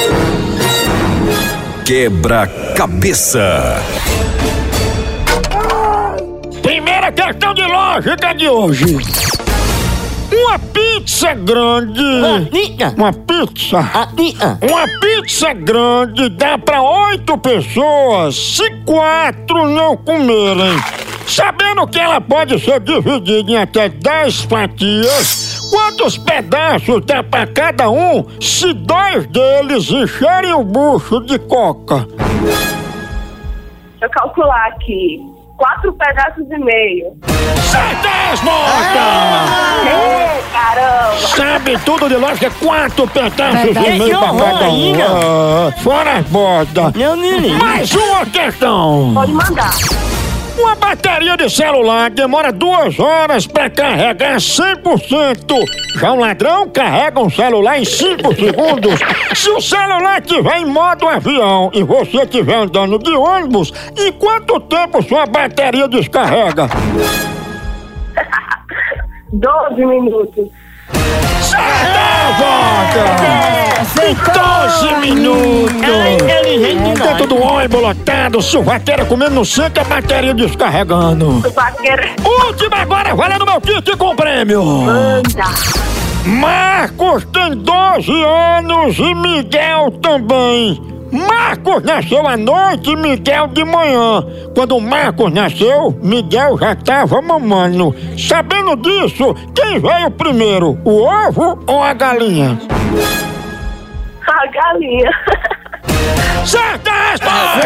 Quebra-cabeça. Primeira questão de lógica de hoje. Uma pizza grande. Uma pizza grande dá pra 8 pessoas se 4 não comerem. Sabendo que ela pode ser dividida em até 10 fatias, quantos pedaços dá pra cada um se 2 deles encherem o bucho de coca? Deixa eu calcular aqui. 4 pedaços e meio. Certa resposta! Caramba! Sabe tudo de lógica, 4 pedaços e meio pra cada um. Fora as botas. Mais uma questão. Pode mandar. Uma bateria de celular demora 2 horas pra carregar 100%. Já um ladrão carrega um celular em 5 segundos. Se o celular estiver em modo avião e você estiver andando de ônibus, em quanto tempo sua bateria descarrega? 12 minutos. Certa volta! 12 minutos! Dentro do ônibus lotado, suvaqueira comendo no centro, a bateria descarregando. Suvaqueira. Última agora, valendo meu kit com prêmio! Manda. Marcos tem 12 anos e Miguel também. Marcos nasceu à noite e Miguel de manhã. Quando Marcos nasceu, Miguel já estava mamando. Sabendo disso, quem veio primeiro, o ovo ou a galinha? A galinha. Certa resposta!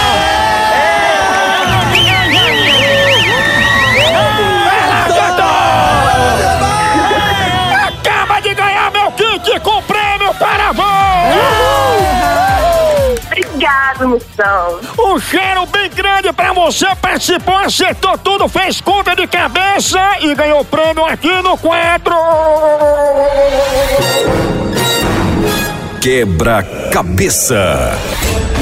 Acaba de ganhar meu kit com prêmio, parabéns! Obrigado, Moção. Um cheiro bem grande pra você, participou, acertou tudo, fez conta de cabeça e ganhou prêmio aqui no quadro. Quebra-cabeça.